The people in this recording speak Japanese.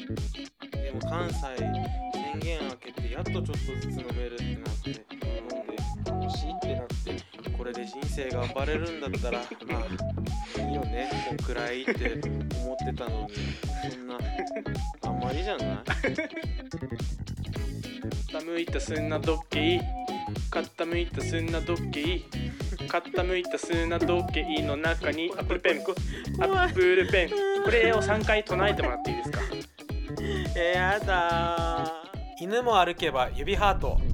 でも関西宣言明けてやっとちょっとずつ飲めるってなって飲んで楽しいってなって、これで人生が暴れるんだったらまあいいよね、こんくらいって思ってたのに、そんなあんまりじゃない？ 傾いた砂時計、傾いた砂時計、傾いた砂時計の中にアップルペン、アップルペン、これを3回唱えてもらっていいですか？ やだ。 犬も歩けば指ハート。